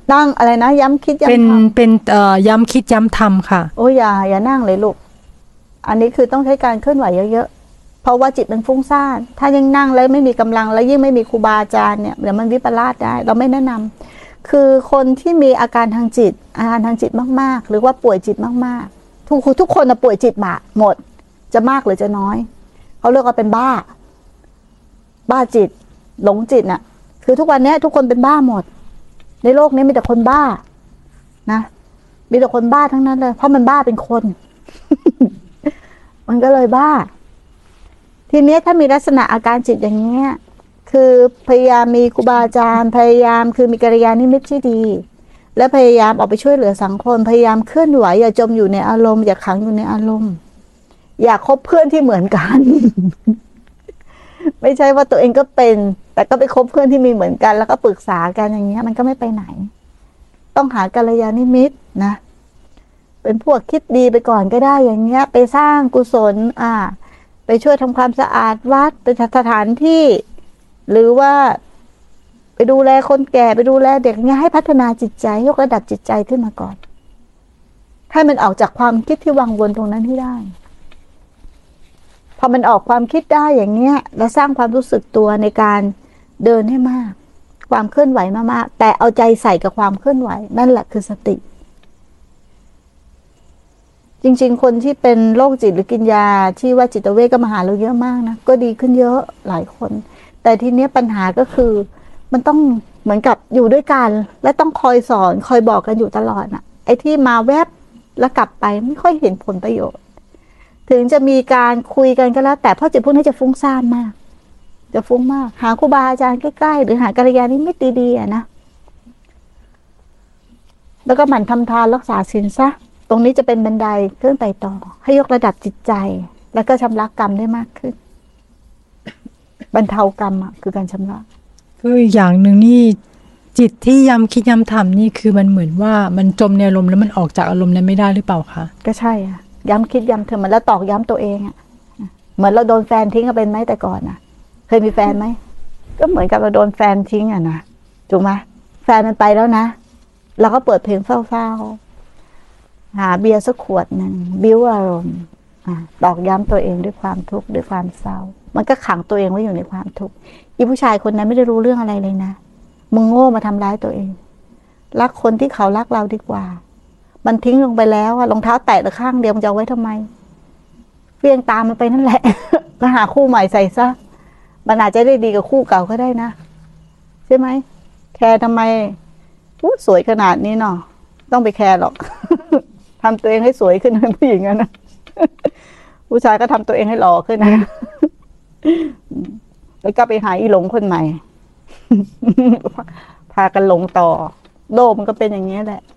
นั่งอะไรนะย้ำคิดย้ำทำเป็นย้ำคิดย้ำทำค่ะโอ้อย่านั่งเลยลูกอันนี้คือต้องใช้การเคลื่อนไหวเยอะๆเพราะว่าจิตมันฟุ้งซ่านถ้ายังนั่งแล้วไม่มีกำลังแล้วยิ่งไม่มีครูบาอาจารย์เนี่ยเดี๋ยวมันวิปลาสได้เราไม่แนะนำคือคนที่มีอาการทางจิตมากๆหรือว่าป่วยจิตมากๆทุกคนป่วยจิตหมดจะมากหรือจะน้อยเขาเรียกว่าเป็นบ้าจิตหลงจิตน่ะคือทุกวันนี้ทุกคนเป็นบ้าหมดในโลกนี้มีแต่คนบ้านะมีแต่คนบ้าทั้งนั้นเลยเพราะมันบ้าเป็นคน มันก็เลยบ้าทีนี้ถ้ามีลักษณะอาการจิตอย่างเงี้ยคือพยายามมีครูบาอาจารย์พยายามคือมีกัลยาณมิตรที่ดีและพยายามออกไปช่วยเหลือสังคมพยายามเคลื่อนไหวอย่าจมอยู่ในอารมณ์อย่าขังอยู่ในอารมณ์อย่าคบเพื่อนที่เหมือนกัน ไม่ใช่ว่าตัวเองก็เป็นแต่ก็ไปคบเพื่อนที่มีเหมือนกันแล้วก็ปรึกษากันอย่างเงี้ยมันก็ไม่ไปไหนต้องหากัลยาณมิตรนะเป็นพวกคิดดีไปก่อนก็ได้อย่างเงี้ยไปสร้างกุศลไปช่วยทำความสะอาดวัดเป็นสถานที่หรือว่าไปดูแลคนแก่ไปดูแลเด็กเงี้ยให้พัฒนาจิตใจยกระดับจิตใจขึ้นมาก่อนให้มันออกจากความคิดที่วังวนตรงนั้นให้ได้พอมันออกความคิดได้อย่างเงี้ยแล้วสร้างความรู้สึกตัวในการเดินให้มากความเคลื่อนไหวมากๆแต่เอาใจใส่กับความเคลื่อนไหวนั่นแหละคือสติจริงๆคนที่เป็นโรคจิตหรือกินยาที่ว่าจิตเวชก็มาหาเราเยอะมากนะก็ดีขึ้นเยอะหลายคนแต่ทีเนี้ยปัญหาก็คือมันต้องเหมือนกับอยู่ด้วยกันและต้องคอยสอนคอยบอกกันอยู่ตลอดน่ะไอ้ที่มาแวบแล้วกลับไปไม่ค่อยเห็นผลประโยชน์ถึงจะมีการคุยกันก็แล้วแต่เพราะจิตพวกนี้จะฟุ้งซ่านมากจะฟุ้งมากหาครูบาอาจารย์ใกล้ๆหรือหากัลยาณมิตรดีๆนะแล้วก็หมั่นทำทานรักษาศีลซะตรงนี้จะเป็นบันไดขึ้นไปต่อให้ยกระดับจิตใจแล้วก็ชำระกรรมได้มากขึ้นบรรเทากรรมคือการชำระก็อีกอย่างหนึ่งนี่จิตที่ย้ำคิดย้ำทำนี่คือมันเหมือนว่ามันจมในอารมณ์แล้วมันออกจากอารมณ์นั้นไม่ได้หรือเปล่าคะก็ใช่ย้ำคิดย้ำเธอมันแล้วตอกย้ำตัวเองเหมือนเราโดนแฟนทิ้งก็เป็นไหมแต่ก่อนเคยมีแฟนไหมก็เหมือนกับเราโดนแฟนทิ้งนะถูกไหมแฟนมันไปแล้วนะเราก็เปิดเพลงเศร้าๆหาเบียร์สักขวดหนึ่งบิ้วอารมณ์ตอกย้ำตัวเองด้วยความทุกข์ด้วยความเศร้ามันก็ขังตัวเองไว้อยู่ในความทุกข์อีผู้ชายคนนั้นไม่ได้รู้เรื่องอะไรเลยนะมึงโง่มาทำร้ายตัวเองรักคนที่เขารักเราดีกว่ามันทิ้งลงไปแล้วรองเท้าแตะแต่ข้างเดียวมันจะเอาไว้ทำไมเฟี้ยงตามมันไปนั่นแหละก็หาคู่ใหม่ใส่ซะมันอาจจะได้ดีกับคู่เก่าก็ได้นะใช่ไหมแคร์ทำไมสวยขนาดนี้เนาะต้องไปแคร์หรอก ทำตัวเองให้สวยขึ้นเป็นผู้หญิงนะผู้ชายก็ทำตัวเองให้หล่อขึ้นนะแล้วก็ไปหาอีหลงคนใหม่ พากันหลงต่อโลกมันก็เป็นอย่างนี้แหละ